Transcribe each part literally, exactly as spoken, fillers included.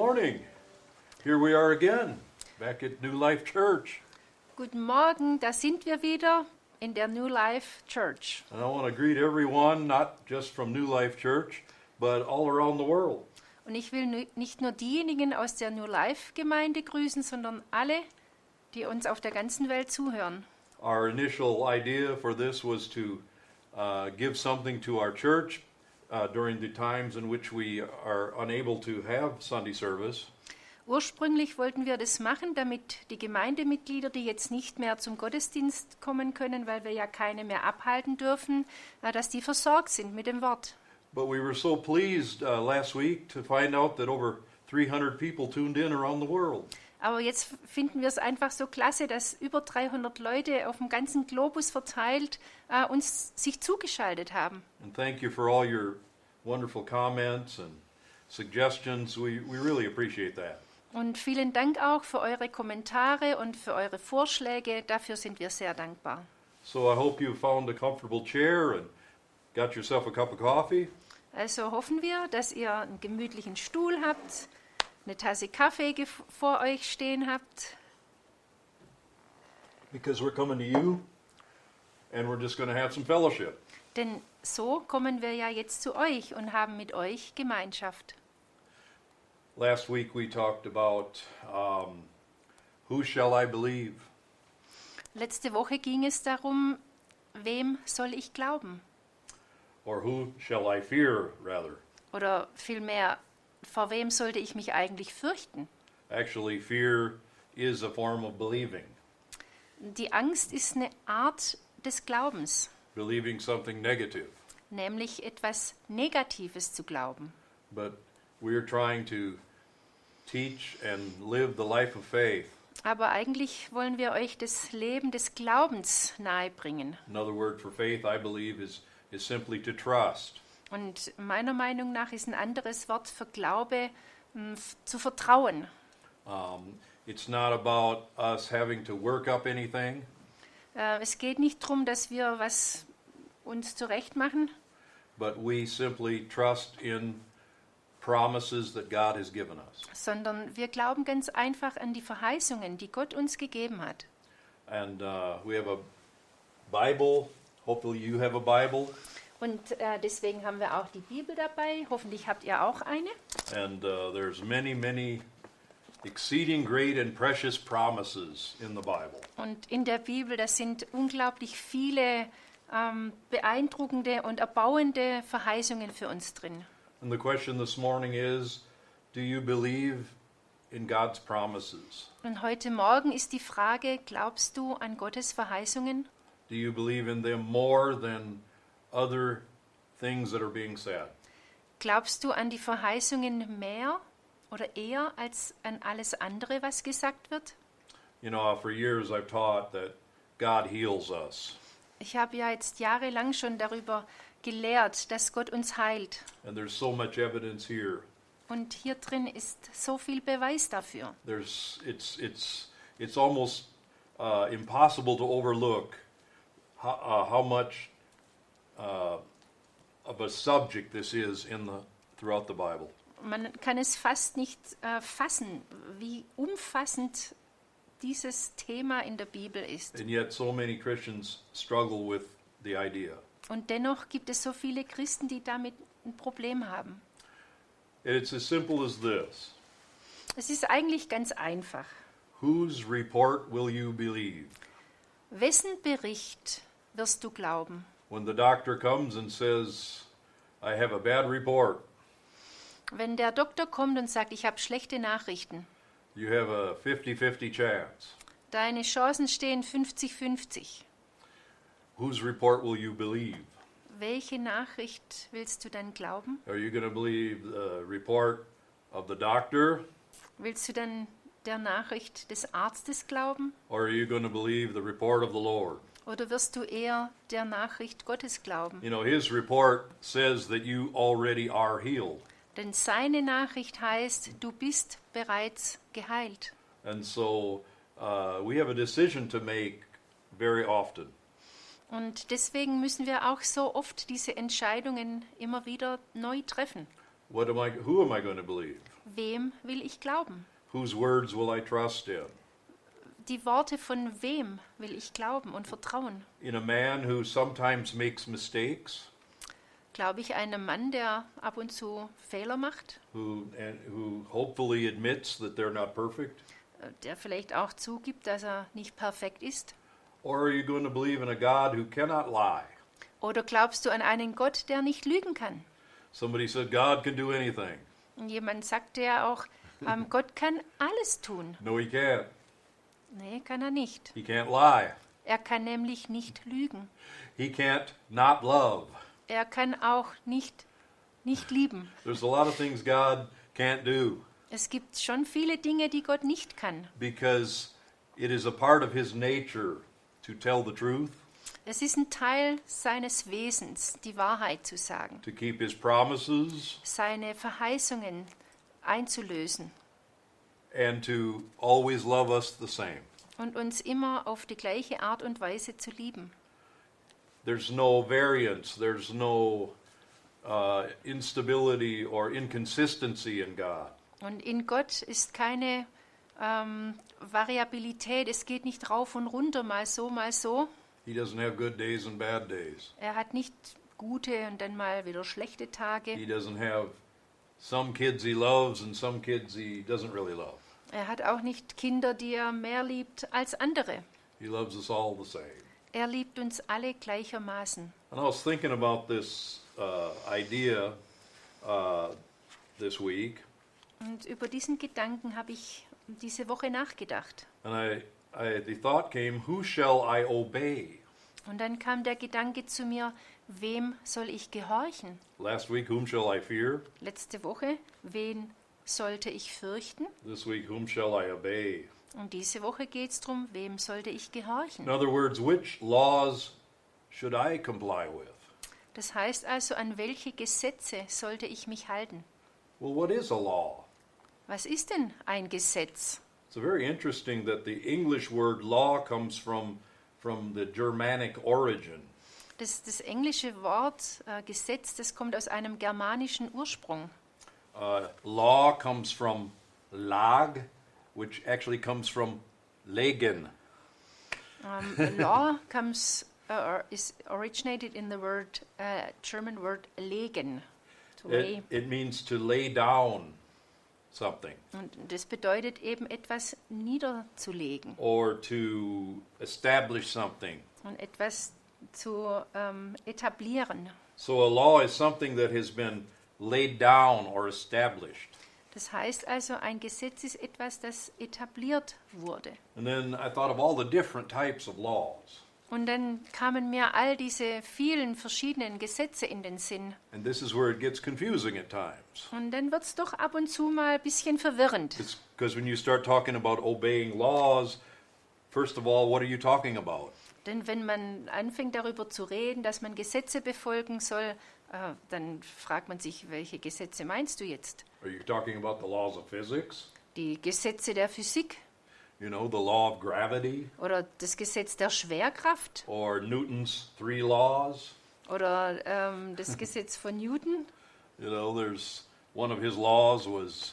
morning. Here we are again, back at New Life Church. Guten Morgen, da sind wir wieder in der New Life Church. And I want to greet everyone, not just from New Life Church, but all around the world. Und ich will nu- nicht nur diejenigen aus der New Life Gemeinde grüßen, sondern alle, die uns auf der ganzen Welt zuhören. Our initial idea for this was to uh, give something to our church uh, during the times in which we are unable to have Sunday service. Ursprünglich wollten wir das machen, damit die Gemeindemitglieder, die jetzt nicht mehr zum Gottesdienst kommen können, weil wir ja keine mehr abhalten dürfen, äh, dass die versorgt sind mit dem Wort. But we were so pleased uh, last week to find out that over three hundred people tuned in around the world. Aber jetzt finden wir es einfach so klasse, dass über dreihundert Leute auf dem ganzen Globus verteilt äh, uns sich zugeschaltet haben. And thank you for all your wonderful comments and suggestions. We, we really appreciate that. Und vielen Dank auch für eure Kommentare und für eure Vorschläge. Dafür sind wir sehr dankbar. So I hope you found a comfortable chair and got yourself a cup of coffee. Also hoffen wir, dass ihr einen gemütlichen Stuhl habt, eine Tasse Kaffee gef- vor euch stehen habt. Because we're coming to you and we're just going to have some fellowship. Denn so kommen wir ja jetzt zu euch und haben mit euch Gemeinschaft. Last week we talked about um, who shall I believe? Letzte Woche ging es darum, wem soll ich glauben? Or who shall I fear, rather? Oder vielmehr, vor wem sollte ich mich eigentlich fürchten? Actually, fear is a form of believing. Die Angst ist eine Art des Glaubens, Believing something negative. nämlich etwas Negatives zu glauben. But we're trying to teach and live the life of faith. Aber eigentlich wollen wir euch das Leben des Glaubens nahebringen. Another word for faith, I believe, is, is simply to trust. Und meiner Meinung nach ist ein anderes Wort für Glaube mh, f- zu vertrauen. Um, it's not about us having to work up anything, Äh, es geht nicht darum, dass wir was uns zurechtmachen, but we simply trust in promises that God has given us. sondern wir glauben ganz einfach an die Verheißungen, die Gott uns gegeben hat. And uh, we have a Bible. Hopefully you have a Bible. Und äh, deswegen haben wir auch die Bibel dabei. Hoffentlich habt ihr auch eine. And uh, there's many, many exceeding great and precious promises in the Bible. Und in der Bibel, das sind unglaublich viele ähm, beeindruckende und erbauende Verheißungen für uns drin. And the question this morning is, do you believe in God's promises? Und heute Morgen ist die Frage, glaubst du an Gottes Verheißungen? Do you believe in them more than other things that are being said? Glaubst du an die Verheißungen mehr oder eher als an alles andere, was gesagt wird? You know, for years I've taught that God heals us. Ich habe ja jetzt jahrelang schon darüber gelehrt, dass Gott uns heilt. And there's so much evidence here. Und hier drin ist so viel Beweis dafür. There's it's it's it's almost uh, impossible to overlook how, uh, how much uh, of a subject this is in the throughout the Bible. Man kann es fast nicht äh, fassen, wie umfassend dieses Thema in der Bibel ist. And yet so many Christians struggle with the idea. Und dennoch gibt es so viele Christen, die damit ein Problem haben. It's as simple as this. Es ist eigentlich ganz einfach. Whose report will you believe? Wessen Bericht wirst du glauben? When the doctor comes and says, I have a bad report, Wenn der Doktor kommt und sagt, ich habe schlechte Nachrichten, you have a fifty-fifty chance. deine Chancen stehen fünfzig fünfzig. Whose report will you believe? Welche Nachricht willst du dann glauben? Are you going to believe the report of the doctor, Willst du dann der Nachricht des Arztes glauben? or are you going to believe the report of the Lord? Oder wirst du eher der Nachricht Gottes glauben? You know, his report says that you already are healed. Denn seine Nachricht heißt, du bist bereits geheilt. And so uh, we have a decision to make very often. Und deswegen müssen wir auch so oft diese Entscheidungen immer wieder neu treffen. What am I, who am I going to believe? wem will ich glauben? Whose words will I trust in? Die Worte von wem will ich glauben und vertrauen? In a man who sometimes makes mistakes, Glaube ich einem Mann, der ab und zu Fehler macht, who and who hopefully admits that they're not perfect? äh, der vielleicht auch zugibt, dass er nicht perfekt ist? Or are you going to believe in a God who cannot lie? Oder glaubst du an einen Gott, der nicht lügen kann? Somebody said God can do anything. Und jemand sagte ja auch, ähm, Gott kann alles tun. No, he can't. Nee, kann er nicht. He can't lie. Er kann nämlich nicht lügen. He can't not love. Er kann auch nicht, nicht lieben. There's a lot of things God can't do Es gibt schon viele Dinge, die Gott nicht kann. because it is a part of his nature to tell the truth, Es ist ein Teil seines Wesens, die Wahrheit zu sagen, to keep his promises, seine Verheißungen einzulösen and to always love us the same. und uns immer auf die gleiche Art und Weise zu lieben. There's no variance, there's no uh, instability or inconsistency in God. Und in Gott ist keine ähm, Variabilität, es geht nicht rauf und runter, mal so, mal so. He doesn't have good days and bad days. Er hat nicht gute und dann mal wieder schlechte Tage. He doesn't have some kids he loves and some kids he doesn't really love. Er hat auch nicht Kinder, die er mehr liebt als andere. He loves us all the same. Er liebt uns alle gleichermaßen. And I was thinking about this uh, idea uh, this week, Und über diesen Gedanken habe ich diese Woche nachgedacht. and I, I the thought came, who shall I obey? Und dann kam der Gedanke zu mir, wem soll ich gehorchen? Last week, whom shall I fear? Letzte Woche, wen sollte ich fürchten? This week, whom shall I obey? Und diese Woche geht es darum, wem sollte ich In gehorchen? other words, which laws should I comply with? Das heißt also, an welche Gesetze sollte ich mich halten? Well, what is a law? Was ist denn ein Gesetz? It's very interesting that the English word law comes from, from the Germanic origin. Das, das englische Wort äh, Gesetz, das kommt aus einem germanischen Ursprung. Uh, law comes from lag, which actually comes from legen. Um, law comes uh, or is originated in the word uh, German word legen, to lay. It, it means to lay down something Und das bedeutet eben etwas niederzulegen or to establish something. und etwas zu ähm, etablieren. So a law is something that has been laid down or established. Das heißt also, ein Gesetz ist etwas, das etabliert wurde. And then I thought of all the different types of laws. Und dann kamen mir all diese vielen verschiedenen Gesetze in den Sinn. And this is where it gets confusing at times. Und dann wird es doch ab und zu mal ein bisschen verwirrend. It's because when you start talking about obeying laws, first of all, what are you talking about? Denn wenn man anfängt darüber zu reden, dass man Gesetze befolgen soll, äh, dann fragt man sich, welche Gesetze meinst du jetzt? Are you talking about the laws of physics? Die Gesetze der Physik You know, the law of gravity? oder das Gesetz der Schwerkraft Or Newton's three laws? oder ähm, das Gesetz von Newton? You know, there's one of his laws was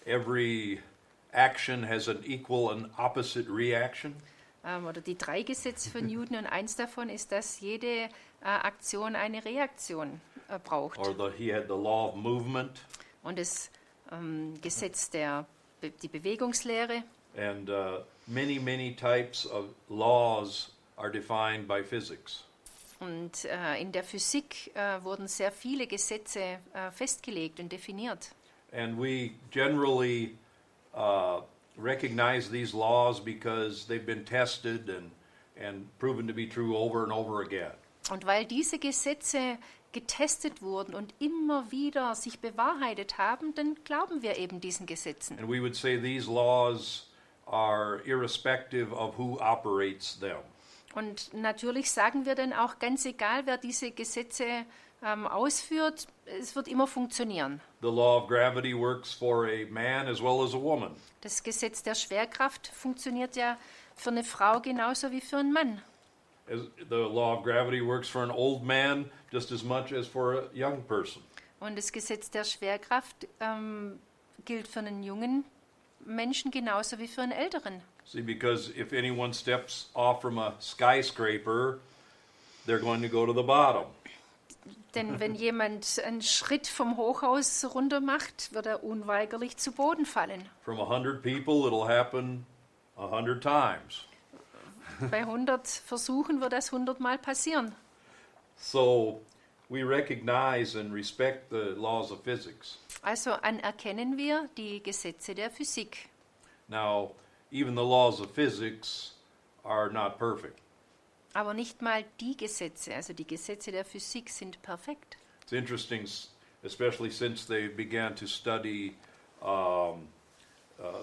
every action has an equal and opposite reaction. Ähm, oder die drei Gesetze von Newton und eins davon ist, dass jede äh, Aktion eine Reaktion äh, braucht. Or the, he had the law of movement. Und das ähm, Gesetz der Be die Bewegungslehre. And uh, many, many types of laws are defined by physics. Und äh, in der Physik äh, wurden sehr viele Gesetze äh, festgelegt und definiert. And we generally uh, recognize these laws because they've been tested and, and proven to be true over and over again. Und weil diese Gesetze getestet wurden und immer wieder sich bewahrheitet haben, dann glauben wir eben diesen Gesetzen. And we would say these laws are irrespective of who operates them. Und natürlich sagen wir dann auch, ganz egal, wer diese Gesetze ähm, ausführt, es wird immer funktionieren. The law of gravity works for a man as well as a woman. Das Gesetz der Schwerkraft funktioniert ja für eine Frau genauso wie für einen Mann. As the law of gravity works for an old man just as much as for a young person. Und das Gesetz der Schwerkraft ähm, gilt für einen jungen Menschen genauso wie für einen älteren. See, because if anyone steps off from a skyscraper, they're going to go to the bottom. Denn wenn jemand einen Schritt vom Hochhaus runter macht, wird er unweigerlich zu Boden fallen. From a hundred people, it'll happen a hundred times. Bei hundert Versuchen wird das hundertmal passieren. So we recognize and respect the laws of physics. Also anerkennen wir die Gesetze der Physik. Now, even the laws of physics are not perfect. Aber nicht mal die Gesetze, also die Gesetze der Physik sind perfekt. It's interesting, especially since they began to study, um, uh,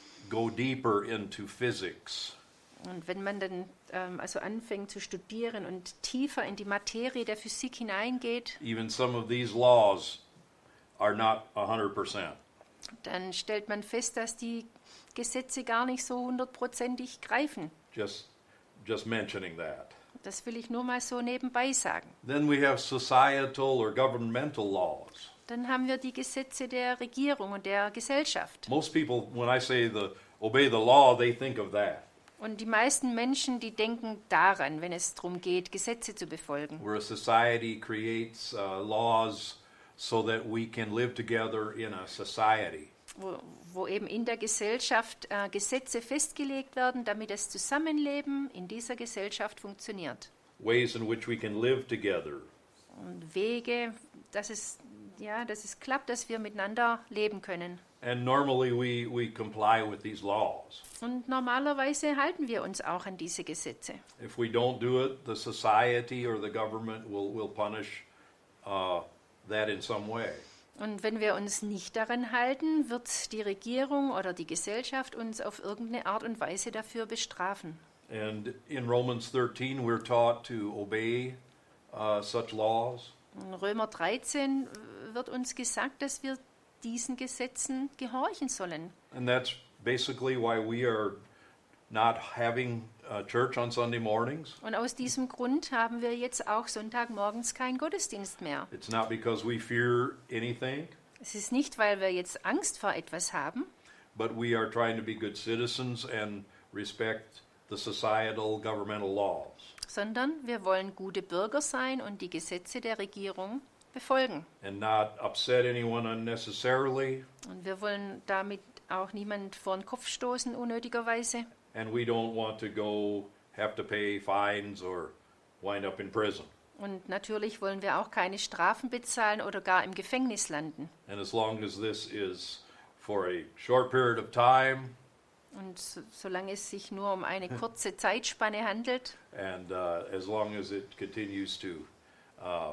go deeper into physics. Und wenn man dann ähm, also anfängt zu studieren und tiefer in die Materie der Physik hineingeht, Even some of these laws are not one hundred percent. dann stellt man fest, dass die Gesetze gar nicht so hundertprozentig greifen. Just, just mentioning that. Das will ich nur mal so nebenbei sagen. Then we have societal or governmental laws. Dann haben wir die Gesetze der Regierung und der Gesellschaft. Most people, when I say the obey the law, they think of that. Und die meisten Menschen, die denken daran, wenn es darum geht, Gesetze zu befolgen. Where a society creates uh, laws so that we can live together in a society. Wo, wo eben in der Gesellschaft äh, Gesetze festgelegt werden, damit das Zusammenleben in dieser Gesellschaft funktioniert. Ways in which we can live together. Und Wege, dass es, ja, dass es klappt, dass wir miteinander leben können. And normally we, we comply with these laws. Und normalerweise halten wir uns auch an diese Gesetze. If we don't do it, the society or the government will, will punish uh, that in some way. Und wenn wir uns nicht daran halten, wird die Regierung oder die Gesellschaft uns auf irgendeine Art und Weise dafür bestrafen. And in Romans thirteen, we're taught to obey uh, such laws. In Römer dreizehn wird uns gesagt, dass wir diesen Gesetzen gehorchen sollen. And that's basically why we are not having uh, church on Sunday mornings. Und aus diesem Grund haben wir jetzt auch Sonntagmorgens keinen Gottesdienst mehr. It's not because we fear anything, Es ist nicht, weil wir jetzt Angst vor etwas haben, but we are trying to be good citizens and respect the societal governmental laws. sondern wir wollen gute Bürger sein und die Gesetze der Regierung befolgen. And not upset anyone unnecessarily. Und wir wollen damit auch niemand vor den Kopf stoßen, unnötigerweise. And we don't want to go have to pay fines or wind up in prison. Und natürlich wollen wir auch keine Strafen bezahlen oder gar im Gefängnis landen. And as long as this is for a short period of time Und so, solange es sich nur um eine kurze Zeitspanne handelt and uh, as long as it continues to uh,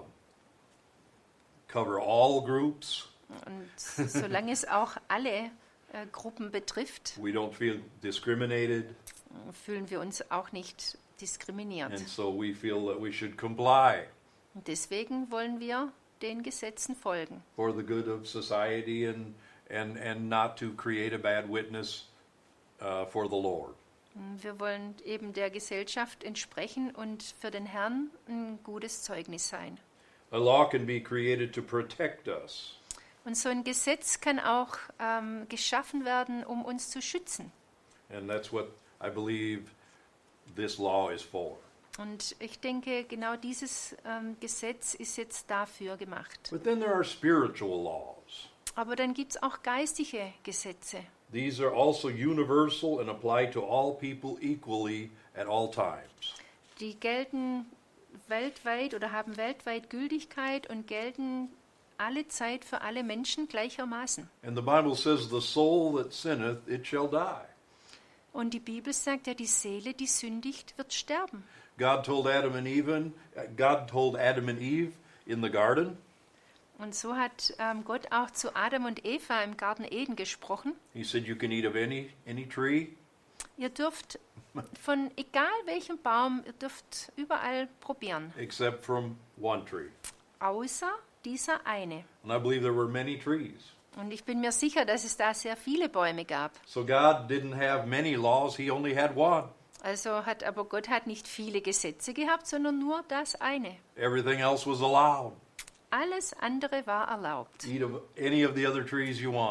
cover all groups, und solange es auch alle äh, Gruppen betrifft, we don't feel discriminated, fühlen wir uns auch nicht diskriminiert. and so we feel that we should comply Und deswegen wollen wir den Gesetzen folgen. for the good of society and and and not to create a bad witness uh, for the Lord. Wir wollen eben der Gesellschaft entsprechen und für den Herrn ein gutes Zeugnis sein. A law can be created to protect us. Und so ein Gesetz kann auch ähm, geschaffen werden, um uns zu schützen. And that's what I believe this law is for. Und ich denke, genau dieses ähm, Gesetz ist jetzt dafür gemacht. But then there are spiritual laws. Aber dann gibt es auch geistige Gesetze. These are also universal and apply to all people equally at all times. Die gelten weltweit oder haben weltweit Gültigkeit und gelten alle Zeit für alle Menschen gleichermaßen. And the Bible says, the soul that sinneth, it shall die. Und die Bibel sagt ja, die Seele, die sündigt, wird sterben. God told Adam and Eve, God told Adam and Eve in the garden, Und so hat ähm, Gott auch zu Adam und Eva im Garten Eden gesprochen. he said, you can eat of any, any tree, Ihr dürft von egal welchem Baum, ihr dürft überall probieren, except from one tree. außer dieser eine. And I believe there were many trees. Und ich bin mir sicher, dass es da sehr viele Bäume gab. So God didn't have many laws, he only had one. Also hat aber Gott hat nicht viele Gesetze gehabt, sondern nur das eine. Everything else was allowed. Alles andere war erlaubt. Eat of any of the other trees you want.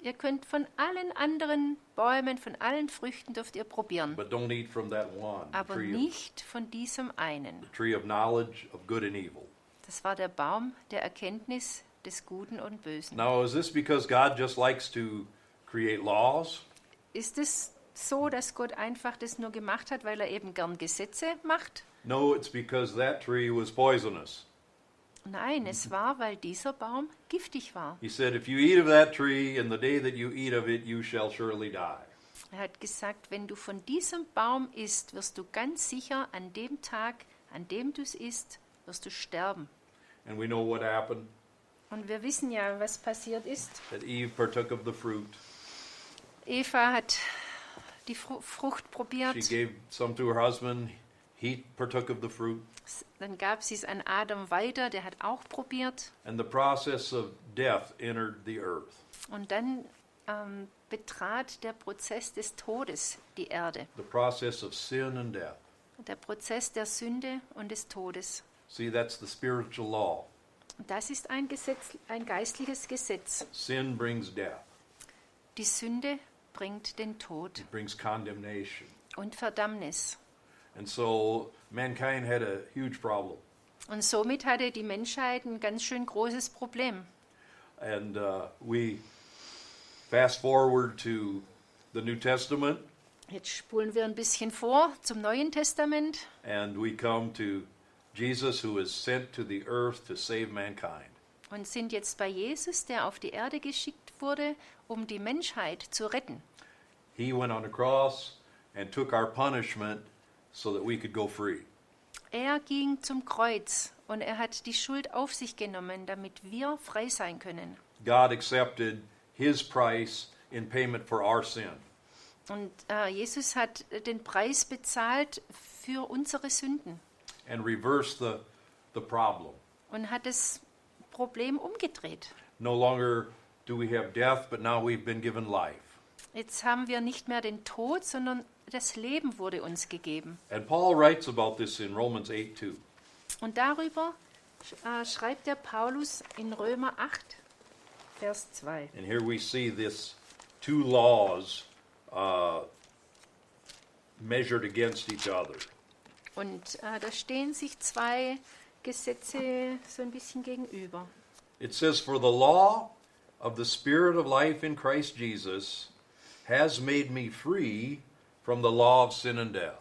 Ihr könnt von allen anderen Bäumen, von allen Früchten dürft ihr probieren, but don't eat from that one, the aber tree of, nicht von diesem einen. the tree of knowledge of good and evil. Das war der Baum der Erkenntnis des Guten und Bösen. Now, is this because God just likes to create laws? Ist es so, dass Gott einfach das nur gemacht hat, weil er eben gern Gesetze macht? No, it's because that tree was poisonous. Nein, es war, weil dieser Baum giftig war. He said, if you eat of that tree, in the day that you eat of it, you shall surely die. Er hat gesagt, wenn du von diesem Baum isst, wirst du ganz sicher an dem Tag, an dem du es isst, wirst du sterben. And we know what happened, Und wir wissen ja, was passiert ist. that Eve partook of the fruit. Eva hat die Fru- Frucht probiert. She gave some to her husband. He partook of the fruit. Dann gab sie es an Adam weiter, der hat auch probiert. And the process of death entered the earth. Und dann ähm, betrat der Prozess des Todes die Erde. The process of sin and death. Der Prozess der Sünde und des Todes. See, that's the spiritual law. Und das ist ein Gesetz, ein geistliches Gesetz. Sin brings death. Die Sünde bringt den Tod It brings condemnation. und Verdammnis. And so mankind had a huge problem. Und somit hatte die Menschheit ein ganz schön großes Problem. And uh, we fast forward to the New Testament, Jetzt spulen wir ein bisschen vor zum Neuen Testament and we come to Jesus, who is sent to the earth to save mankind. und sind jetzt bei Jesus, der auf die Erde geschickt wurde, um die Menschheit zu retten. He went on the cross and took our punishment so that we could go free. Er ging zum Kreuz und er hat die Schuld auf sich genommen, damit wir frei sein können. God accepted his price in payment for our sin. Und äh, Jesus hat den Preis bezahlt für unsere Sünden And reversed the, the problem. und hat das Problem umgedreht. No longer do we have death, but now we've been given life. Jetzt haben wir nicht mehr den Tod, sondern das Leben wurde uns gegeben. And Paul writes about this in Romans eight two. Und darüber äh, schreibt der Paulus in Römer acht, Vers zwei. And here we see this two laws uh, measured against each other. Und äh, da stehen sich zwei Gesetze so ein bisschen gegenüber. It says, for the law of the Spirit of life in Christ Jesus has made me free from the law of sin and death.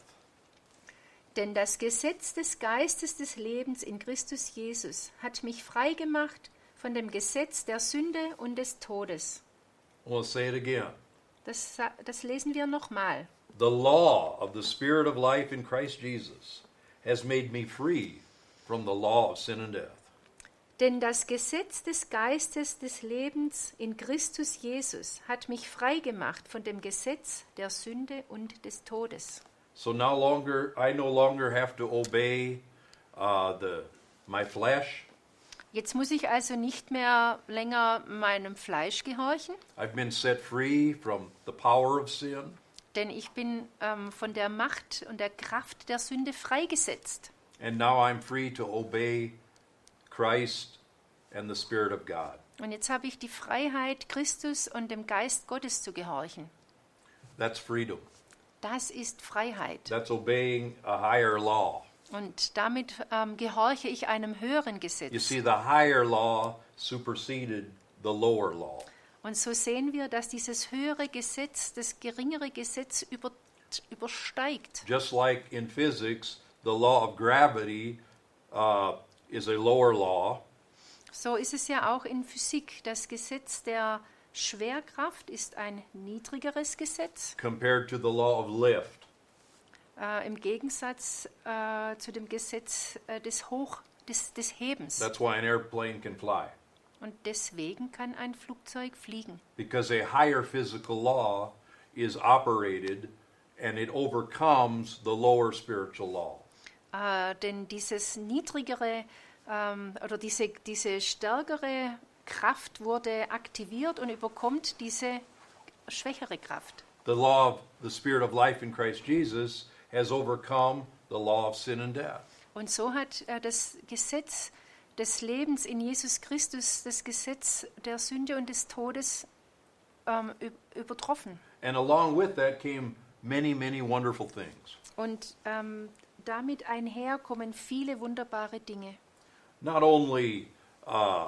Denn das Gesetz des Geistes des Lebens in Christus Jesus hat mich frei gemacht von dem Gesetz der Sünde und des Todes. We'll say it again. Das, sa- das lesen wir nochmal. The law of the Spirit of life in Christ Jesus has made me free from the law of sin and death. Denn das Gesetz des Geistes des Lebens in Christus Jesus hat mich frei gemacht von dem Gesetz der Sünde und des Todes. So now longer, I no longer have to obey uh, the my flesh. Jetzt muss ich also nicht mehr länger meinem Fleisch gehorchen, I've been set free from the power of sin. denn ich bin ähm, von der Macht und der Kraft der Sünde freigesetzt. And now I'm free to obey Christ and the Spirit of God. Und jetzt habe ich die Freiheit, Christus und dem Geist Gottes zu gehorchen. That's freedom. Das ist Freiheit. That's obeying a higher law. Und damit ähm, gehorche ich einem höheren You Gesetz. see, the higher law superseded the lower law. Und so sehen wir, dass dieses höhere Gesetz das geringere Gesetz über, übersteigt. Just like in physics, the law of gravity uh, is a lower law, So ist es ja auch in Physik. Das Gesetz der Schwerkraft ist ein niedrigeres Gesetz compared to the law of lift. äh, im Gegensatz äh, zu dem Gesetz äh, des, Hoch, des, des Hebens. That's why an airplane can fly, Und deswegen kann ein Flugzeug fliegen. because a higher physical law is operated and it overcomes the lower spiritual law. Äh, denn dieses niedrigere ähm, oder diese, diese stärkere Kraft wurde aktiviert und überkommt diese schwächere Kraft. The law of the Spirit of life in Christ Jesus has overcome the law of sin and death. Und so hat äh, das Gesetz des Lebens in Jesus Christus das Gesetz der Sünde und des Todes ähm, übertroffen. And along with that came many, many wonderful things. Und ähm, damit einher kommen viele wunderbare Dinge. Not only uh,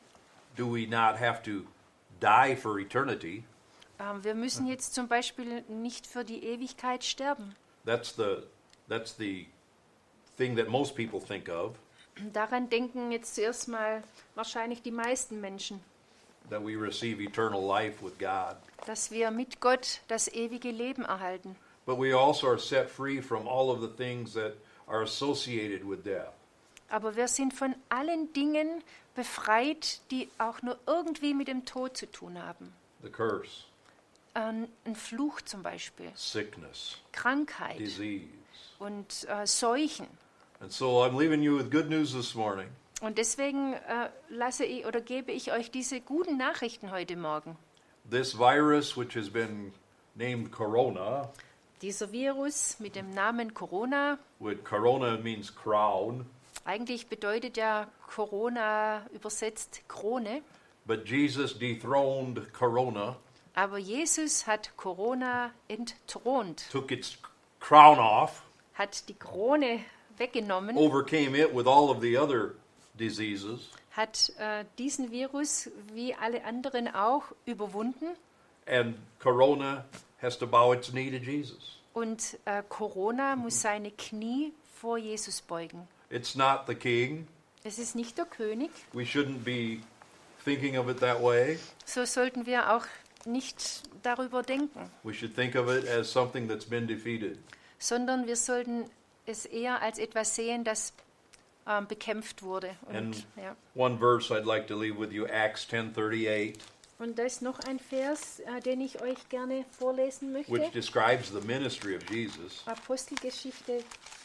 do we not have to die for eternity, Ähm, wir müssen jetzt zum Beispiel nicht für die Ewigkeit sterben. that's the, that's the thing that most people think of, Daran denken jetzt zuerst mal wahrscheinlich die meisten Menschen, that we receive eternal life with God. dass wir mit Gott das ewige Leben erhalten. But we also are set free from all of the things that are associated with death. Aber wir sind von allen Dingen befreit, die auch nur irgendwie mit dem Tod zu tun haben. The curse, Ein, ein Fluch zum Beispiel, sickness, Krankheit disease. und äh, Seuchen. And so I'm leaving you with good news this morning. Und deswegen äh, lasse ich oder gebe ich euch diese guten Nachrichten heute Morgen. This virus, which has been named corona, Dieser Virus mit dem Namen Corona, with corona means crown, eigentlich bedeutet ja Corona übersetzt Krone, but Jesus dethroned corona, aber Jesus hat Corona entthront, took its crown off, hat die Krone weggenommen, overcame it with all of the other diseases, hat äh, diesen Virus wie alle anderen auch überwunden and corona has to bow its knee to Jesus. und äh, Corona muss seine Knie vor Jesus beugen. It's not the king. Es ist nicht der König, We shouldn't be thinking of it that way. so sollten wir auch nicht darüber denken, We should think of it as something that's been defeated. sondern wir sollten es eher als etwas sehen, das ähm, bekämpft wurde. Und, And ja. one verse I'd like to leave with you, Acts ten thirty-eight, Und da ist noch ein Vers, äh, den ich euch gerne vorlesen möchte. which describes the ministry of Jesus. Apostelgeschichte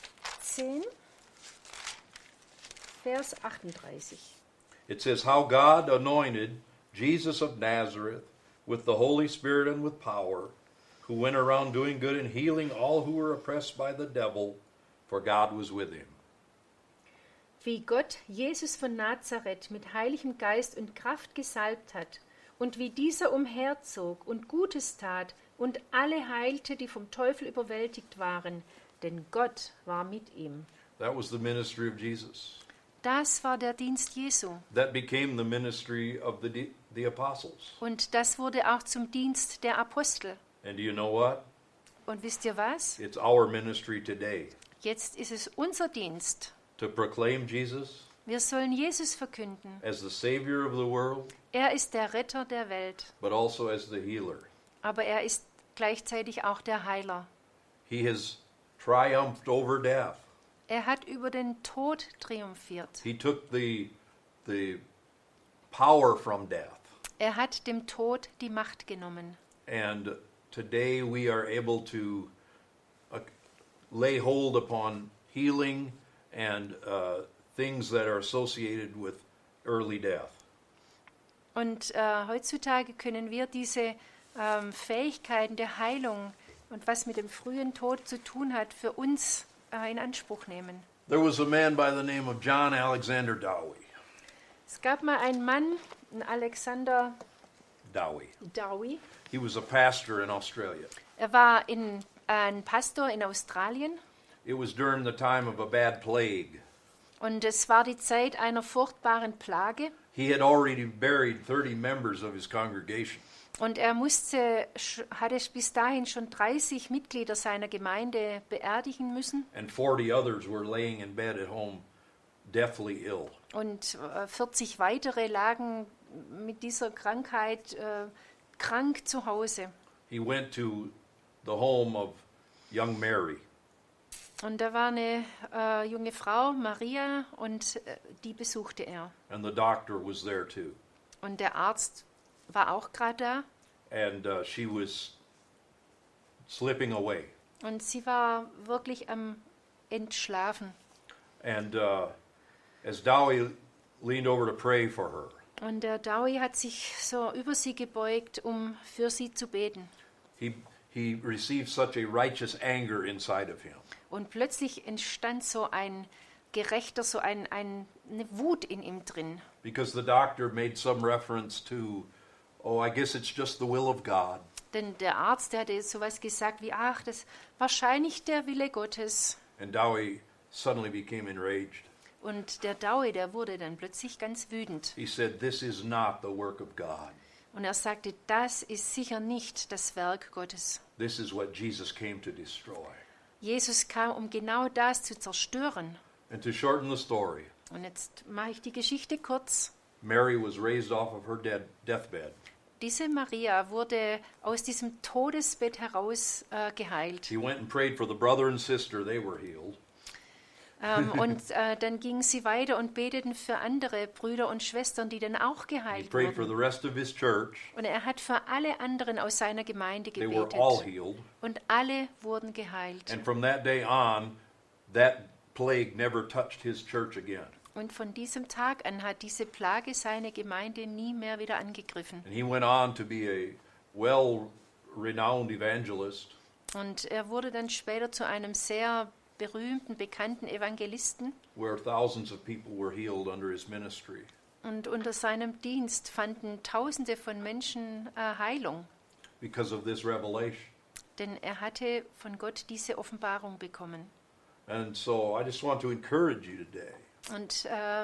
zehn, Vers achtunddreißig. It says, how God anointed Jesus of Nazareth with the Holy Spirit and with power, who went around doing good and healing all who were oppressed by the devil, for God was with him. Wie Gott Jesus von Nazareth mit heiligem Geist und Kraft gesalbt hat und wie dieser umherzog und Gutes tat und alle heilte, die vom Teufel überwältigt waren, denn Gott war mit ihm. That was the ministry of Jesus. Das war der Dienst Jesu. That became the ministry of the, the apostles. Und das wurde auch zum Dienst der Apostel. And do you know what? Und wisst ihr was? It's our ministry today Jetzt ist es unser Dienst. to proclaim Jesus Wir sollen Jesus verkünden. as the Savior of the world, Er ist der Retter der Welt, but also as the healer. aber er ist gleichzeitig auch der Heiler. He has triumphed over death. Er hat über den Tod triumphiert. He took the, the power from death. Er hat dem Tod die Macht genommen. And today we are able to uh, lay hold upon healing and uh, things that are associated with early death. Und äh, heutzutage können wir diese ähm, Fähigkeiten der Heilung und was mit dem frühen Tod zu tun hat, für uns äh, in Anspruch nehmen. There was a man by the name of John Alexander Dowie. Es gab mal einen Mann, einen Alexander Dowie. Dowie. He was a pastor in Australia. Er war in, äh, ein Pastor in Australien It was during the time of a bad plague. und es war die Zeit einer furchtbaren Plage. He had already buried thirty members of his congregation. Und er musste, hatte bis dahin schon dreißig Mitglieder seiner Gemeinde beerdigen müssen And forty others were laying in bed at home, deathly ill. und äh, vierzig weitere lagen mit dieser Krankheit äh, krank zu Hause. He went to the home of young Mary. Und da war eine äh, junge Frau, Maria, und äh, die besuchte er. And the doctor was there too. Und der Arzt war auch gerade da And uh, she was slipping away. und sie war wirklich am Entschlafen. And uh, as Dowie leaned over to pray for her, Und der Dowie hat sich so über sie gebeugt, um für sie zu beten. he, he received such a righteous anger inside of him. Und plötzlich entstand so ein gerechter, so ein, ein, eine Wut in ihm drin. Because the doctor made some reference to oh, I guess it's just the will of God. Denn der Arzt, der hatte sowas gesagt wie, ach, das ist wahrscheinlich der Wille Gottes. And Dowie suddenly became enraged. Und der Dowie, der wurde dann plötzlich ganz wütend. He said, this is not the work of God. Und er sagte, das ist sicher nicht das Werk Gottes. This is what Jesus came to destroy. Jesus kam, um genau das zu zerstören. And to shorten the story, Und jetzt mache ich die Geschichte kurz. Mary was raised off of her dead, deathbed. Diese Maria wurde aus diesem Todesbett heraus äh, geheilt. He went and prayed for the brother and sister. They were healed. Ähm, und äh, dann gingen sie weiter und beteten für andere Brüder und Schwestern, die dann auch He geheilt prayed for the wurden. rest of his church. Und er hat für alle anderen aus seiner Gemeinde They were all gebetet. healed. Und alle wurden geheilt. And from that day on, that plague never touched his church again. Und von diesem Tag an hat diese Plage seine Gemeinde nie mehr wieder angegriffen. And he went on to be a well-renowned evangelist. Und er wurde dann später zu einem sehr berühmten, bekannten Evangelisten. Where thousands of people were healed under his ministry. Und unter seinem Dienst fanden Tausende von Menschen äh, Heilung. Because of this revelation. Denn er hatte von Gott diese Offenbarung bekommen. And so I just want to encourage you today. Und äh,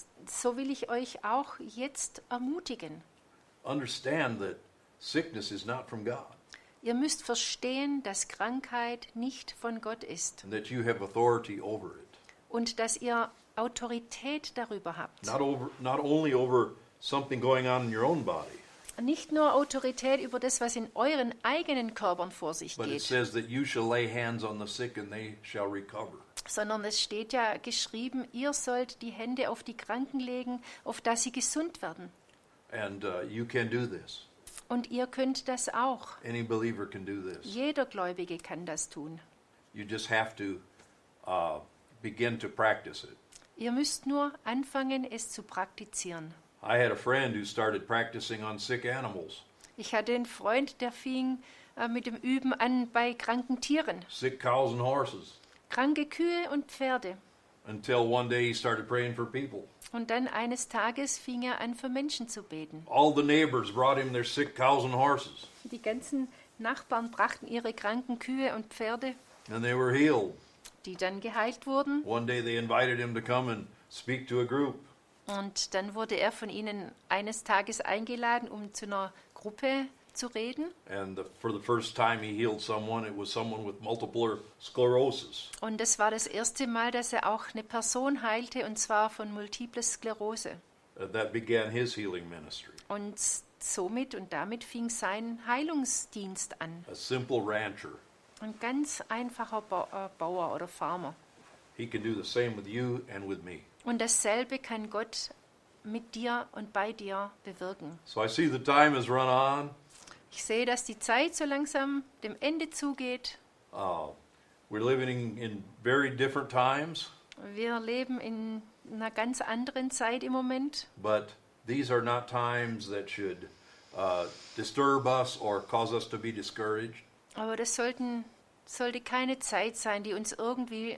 so will ich euch auch jetzt ermutigen. Understand that sickness is not from God. Ihr müsst verstehen, dass Krankheit nicht von Gott ist. And that you have authority over it. Und dass ihr Autorität darüber habt. Not over, not only over something going on in your own body, Nicht nur Autorität über das, was in euren eigenen Körpern vor sich but it geht, says that you shall lay hands on the sick and they shall recover. sondern es steht ja geschrieben, ihr sollt die Hände auf die Kranken legen, auf dass sie gesund werden. And uh, you can do this. Und ihr könnt das auch. Any believer can do this. Jeder Gläubige kann das tun. You just have to uh, begin to practice it. Ihr müsst nur anfangen, es zu praktizieren. I had a friend who started practicing on sick animals, Ich hatte einen Freund, der fing äh, mit dem Üben an bei kranken Tieren. sick cows and horses, Kranke Kühe und Pferde. until one day he started praying for people. Und dann eines Tages fing er an, für Menschen zu beten. All the neighbors brought him their sick cows and horses, Die ganzen Nachbarn brachten ihre kranken Kühe und Pferde, and they were healed. die dann geheilt wurden. One day they invited him to come and speak to a group. Und dann wurde er von ihnen eines Tages eingeladen, um zu einer Gruppe zu reden. And the, for the first time he healed someone, it was someone with multiple sclerosis. Und das war das erste Mal, dass er auch eine Person heilte, und zwar von Multiple Sklerose. Uh, that began his healing ministry. Und somit und damit fing sein Heilungsdienst an. A simple rancher. Ein ganz einfacher Ba- äh, Bauer oder Farmer. He can do the same with you and with me. Und dasselbe kann Gott mit dir und bei dir bewirken. So I see the time has run on. Ich sehe, dass die Zeit so langsam dem Ende zugeht. Uh, we're living in very different times, Wir leben in einer ganz anderen Zeit im Moment. but these are not times that should uh, disturb us or cause us to be discouraged. Aber das sollten, sollte keine Zeit sein, die uns irgendwie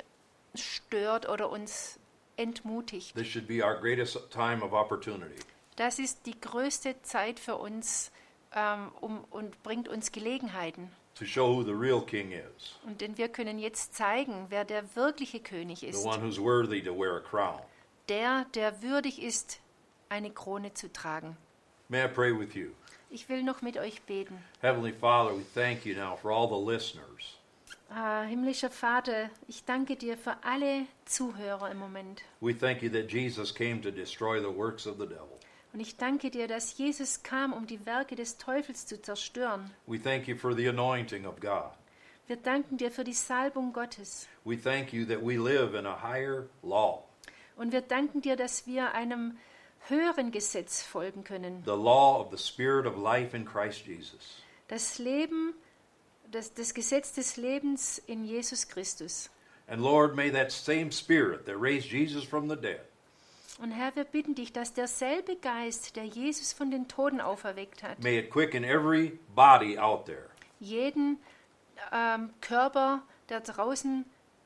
stört oder uns entmutigt. This should be our greatest time of opportunity. Das ist die größte Zeit für uns ähm, um, und bringt uns Gelegenheiten. To show who the real king is, Und denn wir können jetzt zeigen, wer der wirkliche König the ist. one who's worthy to wear a crown. Der, der würdig ist, eine Krone zu tragen. May I pray with you? Ich will noch mit euch beten. Heavenly Father, we thank you now for all the listeners. Ah, himmlischer Vater, ich danke dir für alle Zuhörer im Moment. We thank you that Jesus came to destroy the works of the devil. Und ich danke dir, dass Jesus kam, um die Werke des Teufels zu zerstören. We thank you for the anointing of God. Wir danken dir für die Salbung Gottes. We thank you that we live in a higher law, Und wir danken dir, dass wir einem höheren Gesetz folgen können. the law of the Spirit of life in Christ Jesus. Das Leben, das, das Gesetz des Lebens in Jesus Christus. And Lord, may that same Spirit that raised Jesus from the dead Und Herr, wir bitten dich, dass derselbe Geist, der Jesus von den Toten auferweckt hat, may it quicken every body out there. jeden ähm, Körper da draußen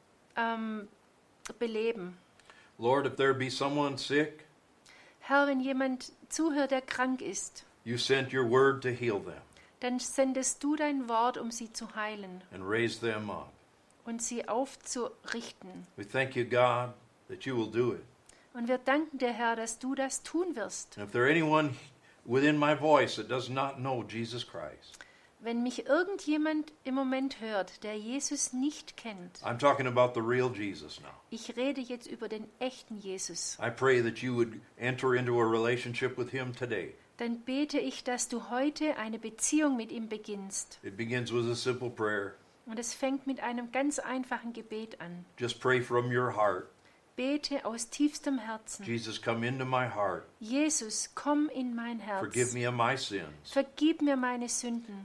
ähm, beleben. Lord, if there be someone sick, Herr, wenn jemand zuhört, der krank ist, You sent your word to heal them dann sendest du dein Wort, um sie zu heilen and raise them up. und sie aufzurichten. We thank you, God, that you will do it. Und wir danken dir, Herr, dass du das tun wirst. And if there anyone within my voice that does not know Jesus Christ, Wenn mich irgendjemand im Moment hört, der Jesus nicht kennt, I'm talking about the real Jesus now. ich rede jetzt über den echten Jesus, I pray that you would enter into a relationship with him today. dann bete ich, dass du heute eine Beziehung mit ihm beginnst. It begins with a simple prayer. Und es fängt mit einem ganz einfachen Gebet an. Just pray from your heart. Bete aus tiefstem Herzen. Jesus, come into my heart. Jesus, komm in mein Herz. Forgive me of my sins. Vergib mir meine Sünden.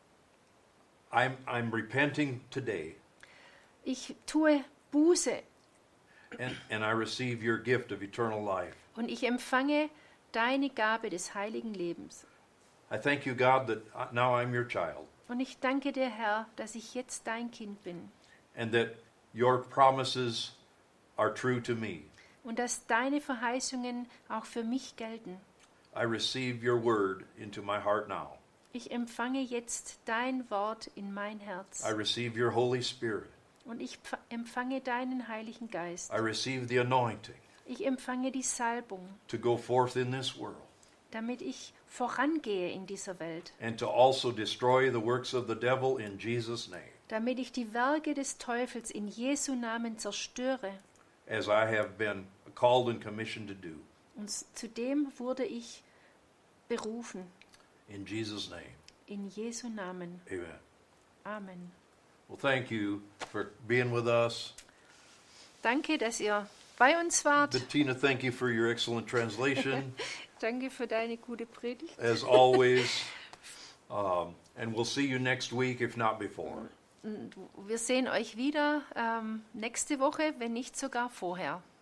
I'm, I'm repenting today, Ich tue Buße and, and I receive your gift of eternal life. und ich empfange deine Gabe des heiligen Lebens. I thank you, God, that I- now I'm your child, Und ich danke dir, Herr, dass ich jetzt dein Kind bin and that your promises are true to me. und dass deine Verheißungen auch für mich gelten. I receive your word into my heart now. Ich empfange jetzt dein Wort in mein Herz I receive your Holy Spirit. und ich pf- empfange deinen Heiligen Geist. I receive the anointing Ich empfange die Salbung, to go forth in this world damit ich vorangehe in dieser Welt, and to also destroy the works of the devil in Jesus' name, damit ich die Werke des Teufels in Jesu Namen zerstöre. as I have been called and commissioned to do. Und s- zu dem wurde ich berufen, In Jesus' name, in Jesu Namen. amen. Amen. Well, thank you for being with us. Danke, dass ihr bei uns wart. Bettina, thank you for your excellent translation, Danke für deine gute Predigt. as always. Um, and we'll see you next week, if not before. Und wir sehen euch wieder ähm, nächste Woche, wenn nicht sogar vorher.